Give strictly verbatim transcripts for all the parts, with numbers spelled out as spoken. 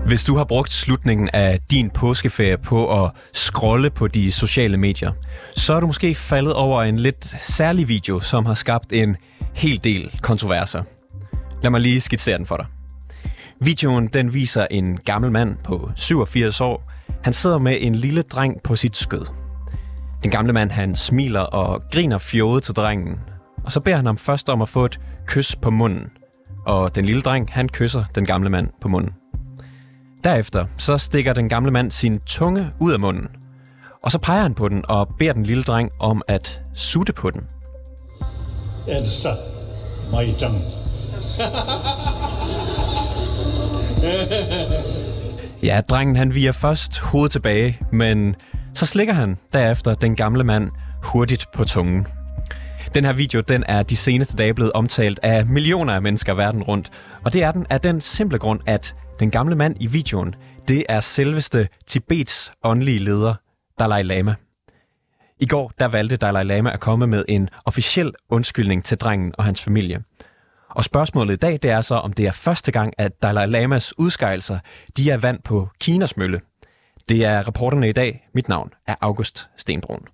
Hvis du har brugt slutningen af din påskeferie på at scrolle på de sociale medier, så er du måske faldet over en lidt særlig video, som har skabt en hel del kontroverser. Lad mig lige skitsere den for dig. Videoen den viser en gammel mand på syvogfirs år. Han sidder med en lille dreng på sit skød. Den gamle mand han smiler og griner fjoget til drengen, og så beder han ham først om at få et kys på munden. Og den lille dreng han kysser den gamle mand på munden. Derefter så stikker den gamle mand sin tunge ud af munden, og så peger han på den og beder den lille dreng om at sutte på den. Elsa, my tongue. Ja, drengen han viger først hovedet tilbage, men så slikker han derefter den gamle mand hurtigt på tungen. Den her video den er de seneste dage blevet omtalt af millioner af mennesker verden rundt, og det er den af den simple grund, at den gamle mand i videoen, det er selveste Tibets åndelige leder, Dalai Lama. I går der valgte Dalai Lama at komme med en officiel undskyldning til drengen og hans familie. Og spørgsmålet i dag, det er så, om det er første gang, at Dalai Lamas udskejelser, de er vand på Kinas mølle. Det er reporterne i dag. Mit navn er August Stenbrun.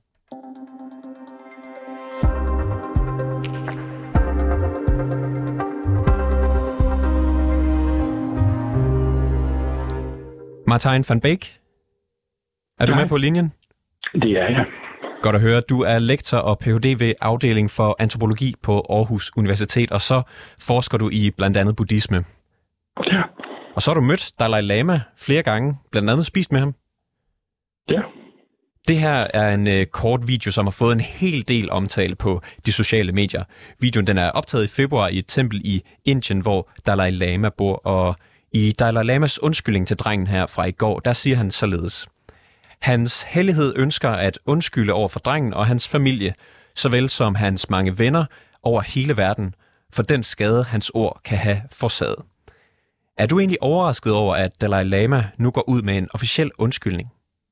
Martijn van Beek, er du Nej. med på linjen? Det er jeg. Godt at høre. Du er lektor og P H D ved afdeling for antropologi på Aarhus Universitet, og så forsker du i blandt andet buddhisme. Ja. Og så har du mødt Dalai Lama flere gange, blandt andet spist med ham. Ja. Det her er en øh, kort video, som har fået en hel del omtale på de sociale medier. Videoen den er optaget i februar i et tempel i Indien, hvor Dalai Lama bor, og i Dalai Lamas undskyldning til drengen her fra i går, der siger han således: Hans hellighed ønsker at undskylde over for drengen og hans familie, såvel som hans mange venner over hele verden, for den skade, hans ord kan have forsaget. Er du egentlig overrasket over, at Dalai Lama nu går ud med en officiel undskyldning?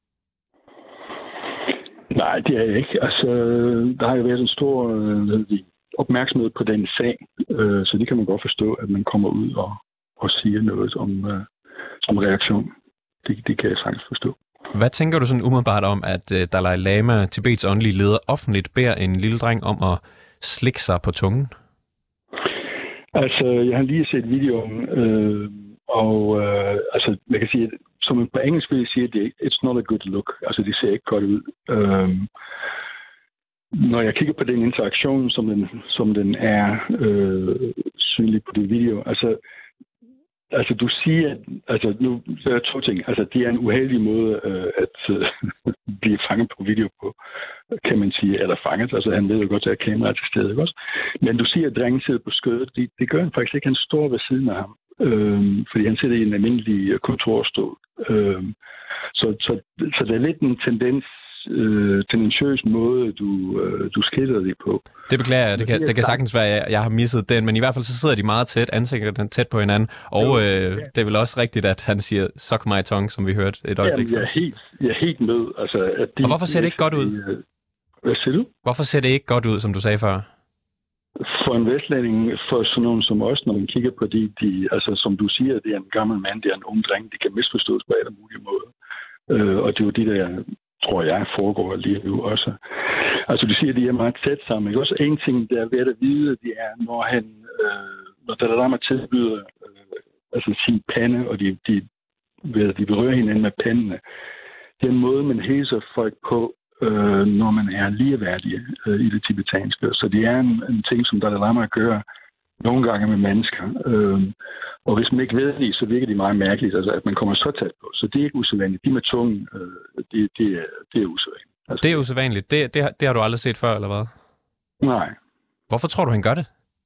Nej, det er jeg ikke. Altså, der har jo været en stor øh, opmærksomhed på den sag, øh, så det kan man godt forstå, at man kommer ud og, og siger noget om, øh, som reaktion. Det, det kan jeg sagtens forstå. Hvad tænker du sådan umiddelbart om, at uh, Dalai Lama, Tibets åndelige leder, offentligt beder en lille dreng om at slikke sig på tungen? Altså, jeg har lige set videoen, øh, og øh, altså, jeg kan sige, som man på engelsk vil sige, det it's not a good look. Altså, det ser ikke godt ud. Øh, når jeg kigger på den interaktion, som den, som den er øh, synlig på det video, altså, Altså, du siger, altså, nu der er to ting. Altså, det er en uheldig måde øh, at øh, blive fanget på video på, kan man sige, eller fanget. Altså, han ved jo godt, at kameraet er til stede, ikke også? Men du siger, at drengen sidder på skødet. Det, det gør han faktisk ikke. Han står ved siden af ham, øh, fordi han sidder i en almindelig kontorstol. Øh, så, så, så der er lidt en tendens, øh, tendentiøs måde, du, øh, du skiller det på. Det beklager jeg. Det kan, det kan sagtens være, at jeg, jeg har misset den, men i hvert fald så sidder de meget tæt, ansigterne tæt på hinanden, og øh, det er vel også rigtigt, at han siger, suck my tongue, som vi hørte et øjeblik før. Jeg er helt, jeg er helt med. Altså, at de, og hvorfor ser det ikke godt ud? Hvad siger du? Hvorfor ser det ikke godt ud, som du sagde før? For en vestlænding, for sådan nogen som os, når man kigger på de, de, altså som du siger, det er en gammel mand, det er en ung dreng, det kan misforstås på alle mulige måder. Øh, og det er jo de der, tror jeg, foregår lige nu også. Altså, du siger, at de er meget tæt sammen. Ikke? Også en ting, der er ved at vide, det er, når han, øh, når Dalai Lama tilbyder øh, altså sin pande, og de, de, ved, de berører hinanden med pandene, det er en måde, man hilser folk på, øh, når man er ligeværdige øh, i det tibetanske. Så det er en, en ting, som Dalai Lama gør nogle gange med mennesker. Øh, og hvis man ikke ved det, så virker det meget mærkeligt, altså, at man kommer så tæt på. Så det er ikke usædvanligt. De med tungen, øh, det, det, er, det er usædvanligt. Altså, det er usædvanligt. Det, det, det har du aldrig set før, eller hvad? Nej. Hvorfor tror du, han gør det?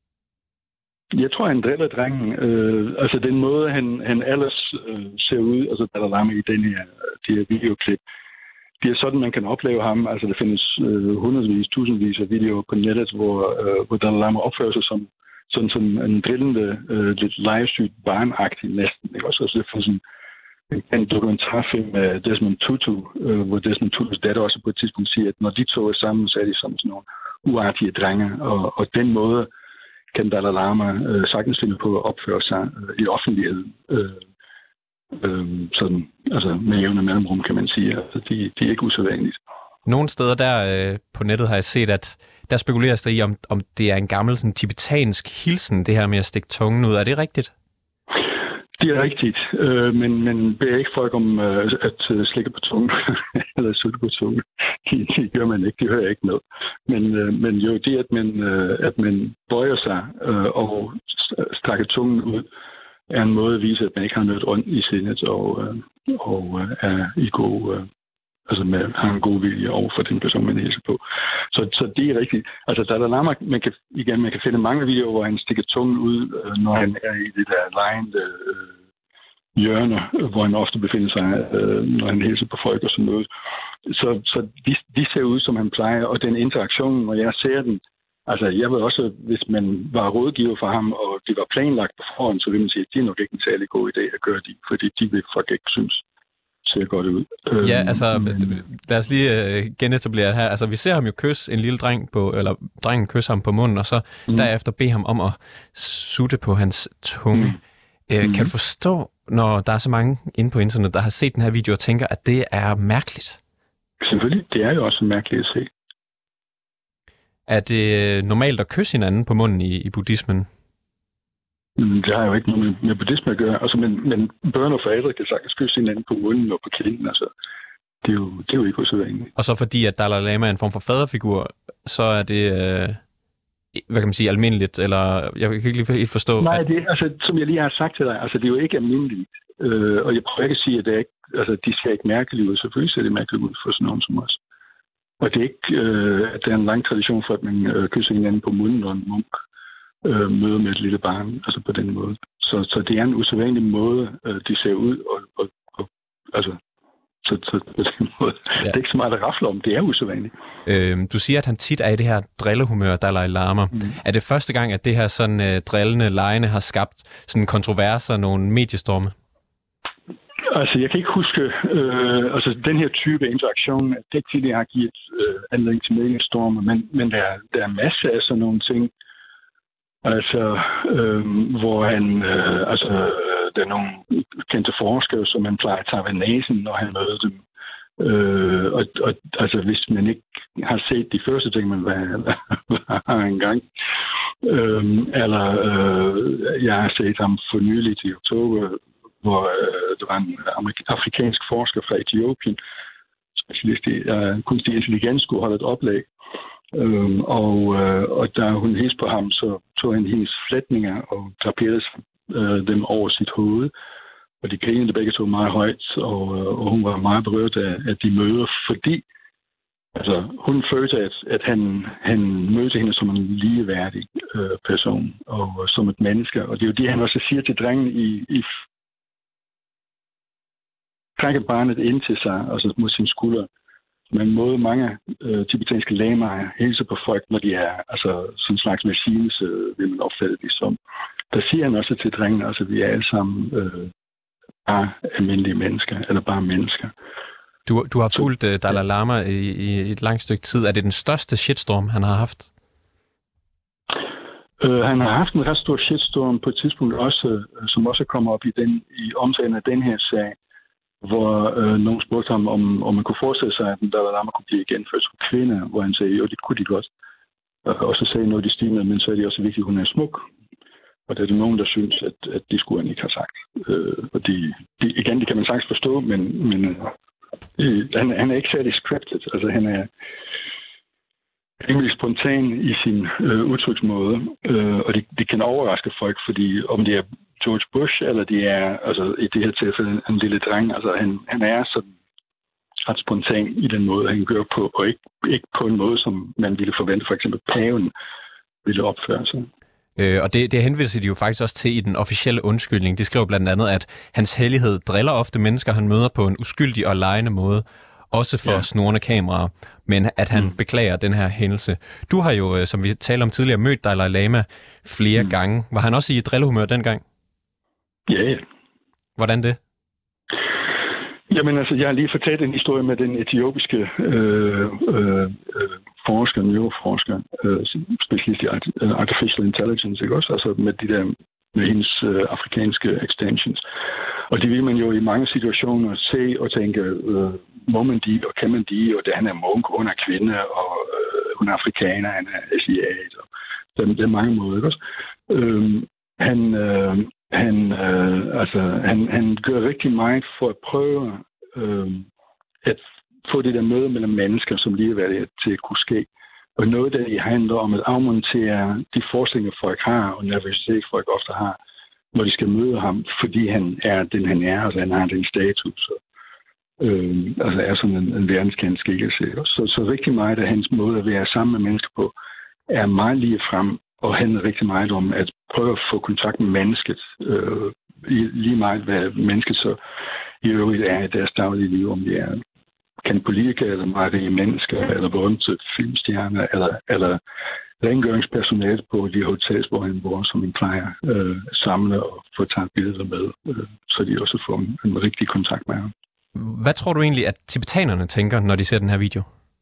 Jeg tror, han driller drengen. Øh, altså den måde, han, han ellers øh, ser ud, altså Dalai Lama i den her, de her videoklip, det er sådan, man kan opleve ham. Altså der findes øh, hundredvis, tusindvis af videoer på nettet, hvor, øh, hvor Dalai Lama opfører sig som sådan, sådan en drillende, øh, lidt legesygt barnagtig næsten. Ikke? Også, altså, det findes en, en dokumentarfilm med Desmond Tutu, øh, hvor Desmond Tutus datter også på et tidspunkt siger, at når de to er sammen, så er de som sådan nogle uartige drenge. Og, og den måde kan Dalai Lama øh, sagtens finde på at opføre sig øh, i offentligheden. Øh, øh, sådan, altså med jævne mellemrum, kan man sige. Altså, de, de er ikke usædvanligt. Nogle steder der øh, på nettet har jeg set, at der spekuleres der i, om, om det er en gammel sådan, tibetansk hilsen, det her med at stikke tungen ud. Er det rigtigt? Det er rigtigt, øh, men, men beder ikke folk om øh, at øh, slikke på tungen, eller sutte på tungen. Det, det gør man ikke, det hører jeg ikke med. Men, øh, men jo, det at man, øh, at man bøjer sig øh, og strækker tungen ud, er en måde at vise, at man ikke har noget ondt i sindet, og, øh, og øh, er i god, øh, altså med, har en god vilje over for den person, man hilser på. Så, så det er rigtigt. Altså, Dalai Lama, man kan, igen, man kan finde mange videoer, hvor han stikker tungen ud, øh, når han er i det der lejende øh, hjørner, hvor han ofte befinder sig, øh, når han hilser på folk og sådan noget. Så, så de, de ser ud, som han plejer, og den interaktion, når jeg ser den, altså, jeg ved også, hvis man var rådgiver for ham, og det var planlagt på forhånd, så vil man sige, at det er nok ikke en særlig god idé at gøre det, fordi de vil folk ikke synes ser godt ud. Ja, altså, men... lad os lige uh, genetablere her. Altså, vi ser ham jo kysse en lille dreng på, eller drengen kysse ham på munden, og så mm. derefter bede ham om at sutte på hans tunge. Mm. Uh, mm. Kan du forstå, når der er så mange inde på internet, der har set den her video og tænker, at det er mærkeligt? Selvfølgelig. Det er jo også mærkeligt at se. Er det normalt at kysse hinanden på munden i, i buddhismen? Det har jo ikke noget med, med buddhisme at gøre. Altså, men, men børn og forældre kan sagtens kysse hinanden på munden og på kinden. Altså, det, er jo, det er jo ikke usædvanligt. Og så fordi, at Dalai Lama er en form for faderfigur, så er det, øh, hvad kan man sige, almindeligt? Eller jeg kan ikke lige helt forstå. Nej, at... det, altså, som jeg lige har sagt til dig, altså, det er jo ikke almindeligt. Øh, og jeg prøver ikke at sige, at det er ikke, altså, de ser ikke mærkeligt ud. Selvfølgelig ser det mærkeligt ud for sådan nogen som os. Og det er ikke, øh, at der er en lang tradition for, at man øh, kysser hinanden på munden, når en munk øh, møder med et lille barn, altså på den måde. Så, så det er en usædvanlig måde, øh, de ser ud, og, og, og altså, så, så på den måde. Ja. Det er ikke så meget at rafle om, det er usædvanligt. Øh, du siger, at han tit er i det her drillehumør, Dalai Lama. Mm. Er det første gang, at det her sådan øh, drillende lejende har skabt sådan kontroverser, nogle mediestorme? Altså, jeg kan ikke huske, øh, altså den her type interaktion, det ikke tidligere har givet øh, anledning til mediestorme, men, men der, der er masser af sådan nogle ting, altså, øh, hvor han, øh, altså, der er nogle kendte forskere, som han plejer at tage ved næsen, når han møder dem. Øh, og, og altså, hvis man ikke har set de første ting, man var en gang, øh, eller øh, jeg har set ham for nyligt i oktober, hvor øh, der var en afrikansk forsker fra Etiopien, specialist i uh, kunstig intelligens, skulle holde et oplæg. Øhm, og, øh, og da hun hilste på ham, så tog han hendes flætninger og draperede øh, dem over sit hoved. Og de grinede begge to meget højt, og, og hun var meget berørt af, af de møder, fordi altså, hun følte, at, at han, han mødte hende som en ligeværdig øh, person, og uh, som et menneske. Og det er jo det, han også siger til drengen i, i trækker barnet ind til sig, altså mod sin skulder. Men måde mange øh, tibetanske lamaer hilser på folk, når de er altså sådan en slags machines, øh, vil man opfatte det som. Der siger han også til drengen, altså vi er alle sammen øh, bare almindelige mennesker, eller bare mennesker. Du, du har fulgt uh, Dalai Lama i, i et langt stykke tid. Er det den største shitstorm, han har haft? Uh, han har haft en ret stor shitstorm på et tidspunkt også, uh, som også kommer op i, den, i omtalen af den her sag, hvor øh, nogen spurgte ham, om, om man kunne forestille sig, at Dalai Lama kunne blive genført som kvinde, hvor han sagde, jo, det kunne de godt. Og så sagde noget i stil med, men så er det også vigtigt, at hun er smuk. Og der er det nogen, der synes, at, at det skulle han ikke have sagt. Øh, og de, de, igen, det kan man sagtens forstå, men, men øh, han, han er ikke særlig scripted. Altså, han er rimelig spontan i sin øh, udtryksmåde, øh, og det, det kan overraske folk, fordi om det er George Bush, eller det er, altså i det her tilfælde, en lille dreng, altså han, han er sådan ret spontan i den måde, han gør på, og ikke, ikke på en måde, som man ville forvente, for eksempel paven ville opføre sig. Øh, og det, det henviser de jo faktisk også til i den officielle undskyldning. De skriver blandt andet, at hans hellighed driller ofte mennesker, han møder på en uskyldig og legende måde, også for ja. snurrende kameraer, men at han mm. beklager den her hændelse. Du har jo, som vi talte om tidligere, mødt Dalai Lama flere mm. gange. Var han også i drillehumør dengang? Ja, ja. Hvordan det? Jamen altså, jeg har lige fortalt en historie med den etiopiske øh, øh, forsker, neuroforsker, øh, specialist i artificial intelligence, ikke også? Altså med de der, med hendes øh, afrikanske extensions. Og det vil man jo i mange situationer se og tænke, øh, må man de, og kan man de, og det, han er munk, hun er kvinde, og øh, hun er afrikaner, han er asiat, og der, der er mange måder, ikke også? Øh, han, øh, han, øh, altså, han, han gør rigtig meget for at prøve øh, at få det der møde mellem mennesker, som lige er været til at kunne ske. Og noget, der handler om at afmontere de forestillinger, folk har, og nervøsitet, folk ofte har, når de skal møde ham, fordi han er den, han er, altså han har den status, og, øh, altså er sådan en, en verdenskendt skikkelse. Så, så rigtig meget af hans måde at være sammen med mennesker på, er meget lige frem, og handler rigtig meget om at prøve at få kontakt med mennesket, øh, lige meget hvad mennesket så i øvrigt er i deres daglige liv, om det er kan politikere, eller meget rige mennesker, eller berømte filmstjerner, eller, eller rengøringspersonale på de hotels, hvor han bor, som han plejer øh, samle og få taget billeder med, øh, så de også får en, en rigtig kontakt med ham. Hvad tror du egentlig, at tibetanerne tænker, når de ser den her video?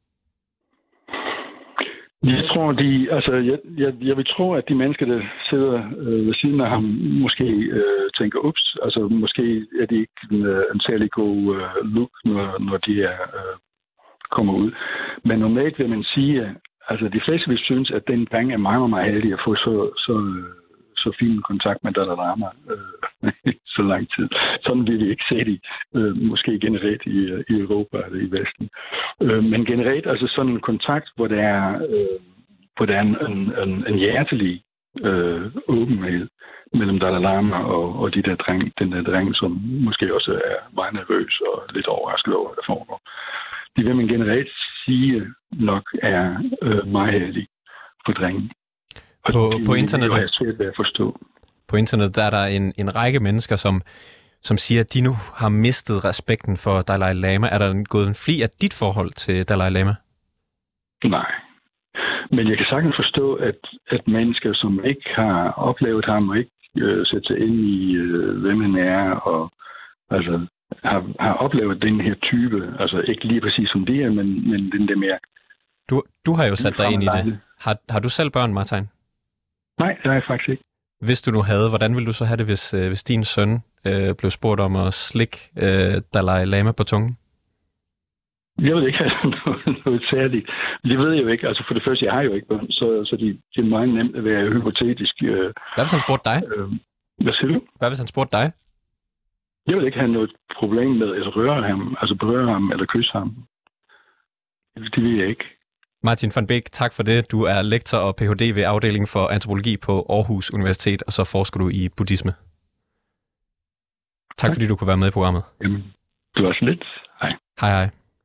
Jeg tror, de, altså, jeg, jeg, jeg vil tro, at de mennesker, der sidder øh, ved siden af ham, måske øh, tænker, ups, altså måske er det ikke en, en særlig god øh, look, når, når de er, øh, kommer ud. Men normalt vil man sige, altså de fleste vil synes, at den dreng er meget, meget heldig at få så, så, så fin kontakt med Dalai Lama øh, så lang tid. Sådan vil vi ikke se det, øh, måske generelt i, i Europa eller i Vesten. Øh, men generelt, altså sådan en kontakt, hvor der er, øh, hvor der er en, en, en, en hjertelig øh, åbenhed mellem Dalai Lama og, og de der dreng, den der dreng, som måske også er meget nervøs og lidt overrasket over, hvad der foregår. Det vil man generelt sige nok er øh, meget heldig for drengen. På, de, på internettet, det er svært at forstå. På internettet der er der en, en række mennesker, som, som siger, at de nu har mistet respekten for Dalai Lama. Er der gået en fli af dit forhold til Dalai Lama? Nej. Men jeg kan sagtens forstå, at, at mennesker, som ikke har oplevet ham og ikke øh, sætter sig ind i, øh, hvem han er, og altså, har, har oplevet den her type, altså ikke lige præcis som det er, men, men den der mere... Du, du har jo sat dig ind i det. Har, har du selv børn, Martin? Nej, det har jeg faktisk ikke. Hvis du nu havde, hvordan ville du så have det, hvis, øh, hvis din søn øh, blev spurgt om at slikke øh, Dalai Lama på tungen? Jeg vil ikke have noget, noget særligt. Det ved jeg jo ikke. Altså for det første, jeg har jo ikke børn, så, så det, det er meget nemt at være hypotetisk. Øh, Hvad hvis han spurgte dig? Øh, hvad siger du? Hvad hvis han spurgte dig? Jeg vil ikke have noget problem med at røre ham, altså berøre ham eller kysse ham. Det vil jeg ikke. Martin van Beek, tak for det. Du er lektor og P H D ved afdelingen for antropologi på Aarhus Universitet, og så forsker du i buddhisme. Tak, tak. Fordi du kunne være med i programmet. Jamen, du var så lidt. Hej. Hej, hej.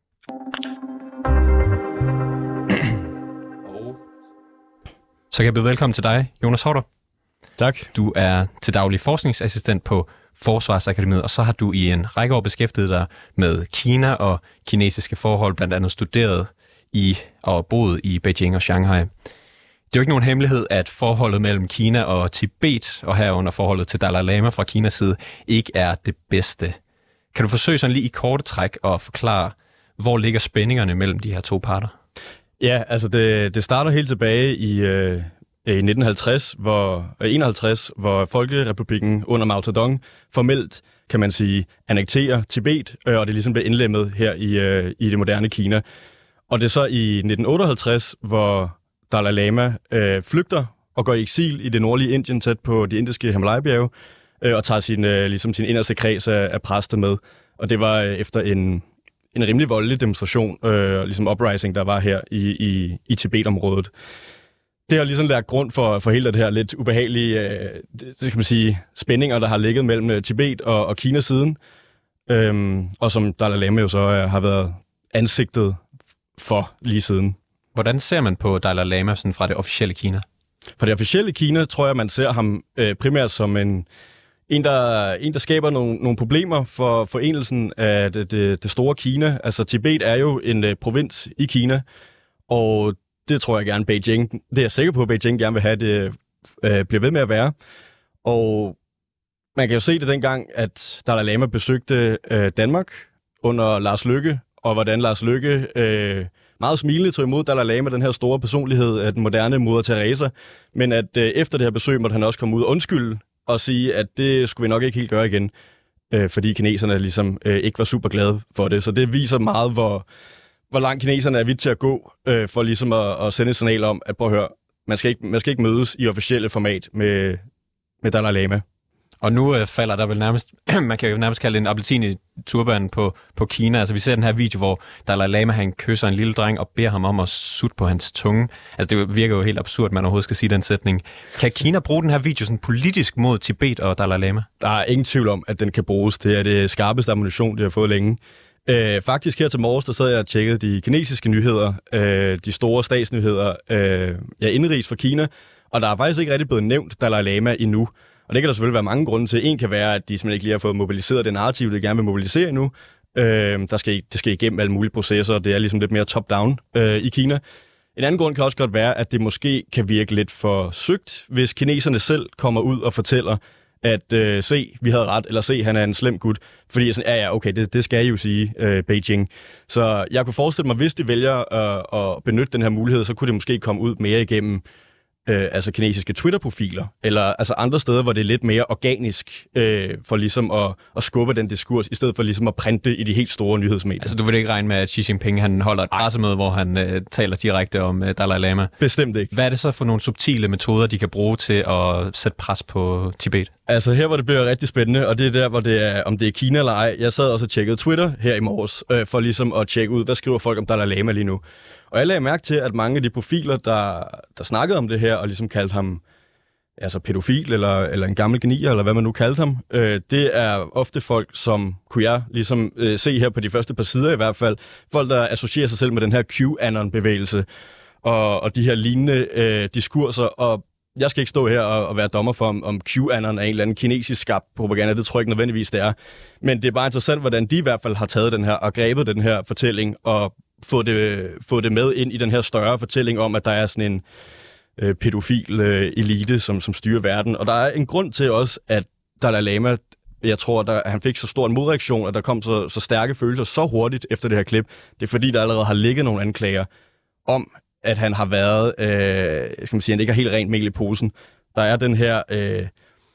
Så kan jeg byde velkommen til dig, Jonas Horter. Tak. Du er til daglig forskningsassistent på Forsvarsakademiet, og så har du i en række år beskæftiget dig med Kina og kinesiske forhold, blandt andet studeret i og boet i Beijing og Shanghai. Det er jo ikke nogen hemmelighed, at forholdet mellem Kina og Tibet, og herunder forholdet til Dalai Lama fra Kinas side, ikke er det bedste. Kan du forsøge sådan lige i korte træk at forklare, hvor ligger spændingerne mellem de her to parter? Ja, altså det, det starter helt tilbage i, øh, i nitten halvtreds, hvor, øh, enoghalvtreds, hvor Folkerepublikken under Mao Zedong formelt, kan man sige, annekterer Tibet, øh, og det ligesom bliver indlemmet her i, øh, i det moderne Kina. Og det er så i nitten otteoghalvtreds, hvor Dalai Lama øh, flygter og går i eksil i det nordlige Indien, tæt på de indiske Himalaya-bjerge, øh, og tager sin, øh, ligesom sin inderste kreds af, af præster med. Og det var øh, efter en, en rimelig voldelig demonstration, øh, ligesom uprising, der var her i, i, i Tibet-området. Det har ligesom lagt grund for, for hele det her lidt ubehagelige øh, det, det kan man sige, spændinger, der har ligget mellem Tibet og, og Kina siden, øh, og som Dalai Lama jo så øh, har været ansigtet for lige siden. Hvordan ser man på Dalai Lama sådan fra det officielle Kina? Fra det officielle Kina tror jeg, man ser ham øh, primært som en, en, der, en, der skaber nogle, nogle problemer for forenelsen af det, det, det store Kina. Altså Tibet er jo en øh, provins i Kina, og det tror jeg gerne Beijing, det er jeg sikker på, at Beijing gerne vil have, det øh, bliver ved med at være. Og man kan jo se det dengang, at Dalai Lama besøgte øh, Danmark under Lars Løkke, og hvordan Lars Løkke øh, meget smilende tog imod Dalai Lama, den her store personlighed af den moderne moder Teresa, men at øh, efter det her besøg måtte han også komme ud og undskylde og sige, at det skulle vi nok ikke helt gøre igen. øh, fordi kineserne ligesom øh, ikke var super glade for det. Så det viser meget, hvor, hvor langt kineserne er vidt til at gå, øh, for ligesom at, at sende et signal om, at prøv at høre, man skal ikke, man skal ikke mødes i officielle format med, med Dalai Lama. Og nu øh, falder der vel nærmest, man kan jo nærmest kalde det en appelsin i turbanen på, på Kina. Altså vi ser den her video, hvor Dalai Lama han kysser en lille dreng og beder ham om at sutte på hans tunge. Altså det virker jo helt absurd, at man overhovedet skal sige den sætning. Kan Kina bruge den her video sådan politisk mod Tibet og Dalai Lama? Der er ingen tvivl om, at den kan bruges. Det er det skarpeste ammunition, de har fået længe. Øh, faktisk her til morges, der sad jeg og tjekkede de kinesiske nyheder, øh, de store statsnyheder, øh, ja, indrigs for Kina, og der er faktisk ikke rigtig blevet nævnt Dalai Lama endnu. Og det kan der selvfølgelig være mange grunde til. En kan være, at de simpelthen ikke lige har fået mobiliseret det narrativ, de gerne vil mobilisere endnu. Øh, der skal, det skal igennem alle mulige processer, det er ligesom lidt mere top-down øh, i Kina. En anden grund kan også godt være, at det måske kan virke lidt for søgt, hvis kineserne selv kommer ud og fortæller, at øh, se, vi havde ret, eller se, han er en slem gut. Fordi sådan, ja, ja, okay, det, det skal I jo sige, øh, Beijing. Så jeg kunne forestille mig, hvis de vælger øh, at benytte den her mulighed, så kunne det måske komme ud mere igennem øh, altså kinesiske Twitter-profiler, eller altså andre steder, hvor det er lidt mere organisk, øh, for ligesom at, at skubbe den diskurs, i stedet for ligesom at printe i de helt store nyhedsmedier. Altså du vil ikke regne med, at Xi Jinping han holder et pressemøde, hvor han øh, taler direkte om øh, Dalai Lama? Bestemt ikke. Hvad er det så for nogle subtile metoder, de kan bruge til at sætte pres på Tibet? Altså her, hvor det bliver rigtig spændende, og det er der, hvor det er, om det er Kina eller ej. Jeg sad også og tjekkede Twitter her i morges, øh, for ligesom at tjekke ud, hvad skriver folk om Dalai Lama lige nu. Og jeg lagde mærke til, at mange af de profiler, der, der snakkede om det her, og ligesom kaldte ham altså pædofil, eller, eller en gammel genier, eller hvad man nu kaldte ham, øh, det er ofte folk, som kunne jeg ligesom øh, se her på de første par sider i hvert fald, folk, der associerer sig selv med den her QAnon-bevægelse, og, og de her lignende øh, diskurser, og jeg skal ikke stå her og, og være dommer for, om, om QAnon er en eller anden kinesisk skabt propaganda. Det tror jeg ikke nødvendigvis, det er. Men det er bare interessant, hvordan de i hvert fald har taget den her og grebet den her fortælling og fået det, fået det med ind i den her større fortælling om, at der er sådan en øh, pædofil øh, elite, som, som styrer verden. Og der er en grund til også, at Dalai Lama, jeg tror, der, at han fik så stor en modreaktion, at der kom så, så stærke følelser så hurtigt efter det her klip. Det er fordi, der allerede har ligget nogle anklager om, at han har været, øh, skal man sige, han ikke har helt rent mel i posen. Der er den her, øh,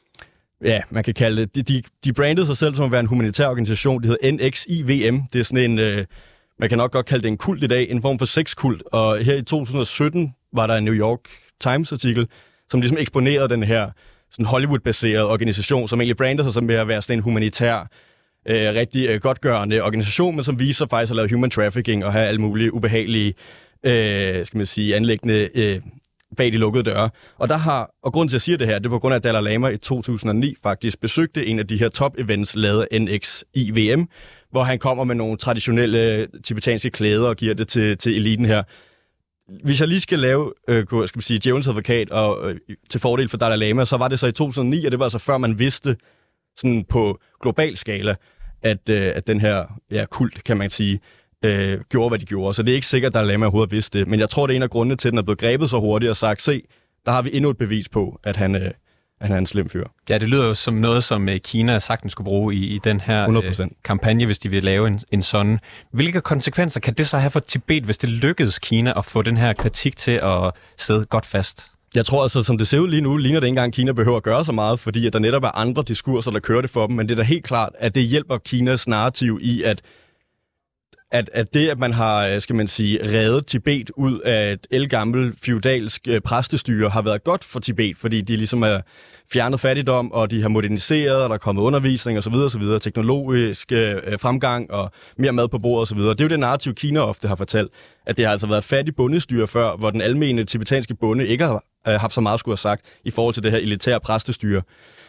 ja, man kan kalde det, de, de, de brandede sig selv som at være en humanitær organisation, det hedder N X I V M. Det er sådan en, øh, man kan nok godt kalde det en kult i dag, en form for sexkult. Og her i to tusind og sytten var der en New York Times-artikel, som ligesom eksponerede den her sådan Hollywood-baserede organisation, som egentlig brandede sig som ved at være sådan en humanitær, øh, rigtig øh, godtgørende organisation, men som viser faktisk at lave human trafficking og have alle mulige ubehagelige Øh, skal man sige, anlæggende øh, bag de lukkede døre. Og der har, og grunden til at sige det her, det er på grund af, at Dalai Lama i to tusind og ni faktisk besøgte en af de her top-events, lavet af N X I V M, hvor han kommer med nogle traditionelle tibetanske klæder og giver det til, til eliten her. Hvis jeg lige skal lave, øh, skal man sige, djævelens advokat og, øh, til fordel for Dalai Lama, så var det så i to tusind og ni, og det var altså før man vidste sådan på global skala, at, øh, at den her ja, kult, kan man sige, Øh, gjorde, hvad de gjorde. Så det er ikke sikkert, at Dalai Lama overhovedet vidste det. Men jeg tror, det er en af grundene til, at den er blevet grebet så hurtigt og sagt, se, der har vi endnu et bevis på, at han, øh, at han er en slem fyr. Ja, det lyder jo som noget, som Kina sagtens skulle bruge i, i den her øh, kampagne, hvis de vil lave en, en sådan. Hvilke konsekvenser kan det så have for Tibet, hvis det lykkedes Kina at få den her kritik til at sidde godt fast? Jeg tror altså, som det ser ud lige nu, ligner det ikke engang, Kina behøver at gøre så meget, fordi at der netop er andre diskurser, der kører det for dem. Men det er da helt klart, at det hjælper Kinas narrativ i, at At, at det, at man har, skal man sige, reddet Tibet ud af et ældgammelt feudalsk øh, præstestyre, har været godt for Tibet, fordi de ligesom er fjernet fattigdom, og de har moderniseret, og der er kommet undervisning osv., osv., teknologisk øh, fremgang og mere mad på bordet osv. Det er jo det narrativ, Kina ofte har fortalt, at det har altså været et fattigt bondestyre før, hvor den almene tibetanske bonde ikke har øh, haft så meget skulle have sagt i forhold til det her elitære præstestyre.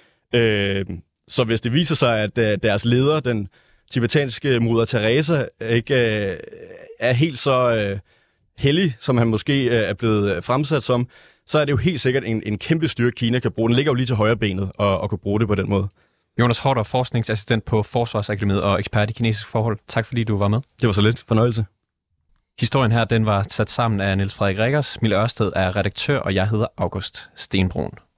Øh, så hvis det viser sig, at øh, deres leder, den tibetanske moder Teresa, ikke øh, er helt så øh, hellig, som han måske øh, er blevet fremsat som, så er det jo helt sikkert en, en kæmpe styrke, Kina kan bruge. Den ligger jo lige til højre benet og, og kunne bruge det på den måde. Jonas Hårder, forskningsassistent på Forsvarsakademiet og ekspert i kinesiske forhold. Tak fordi du var med. Det var så lidt fornøjelse. Historien her, den var sat sammen af Niels Frederik Rikkers. Mille Ørsted er redaktør, og jeg hedder August Stenbrun.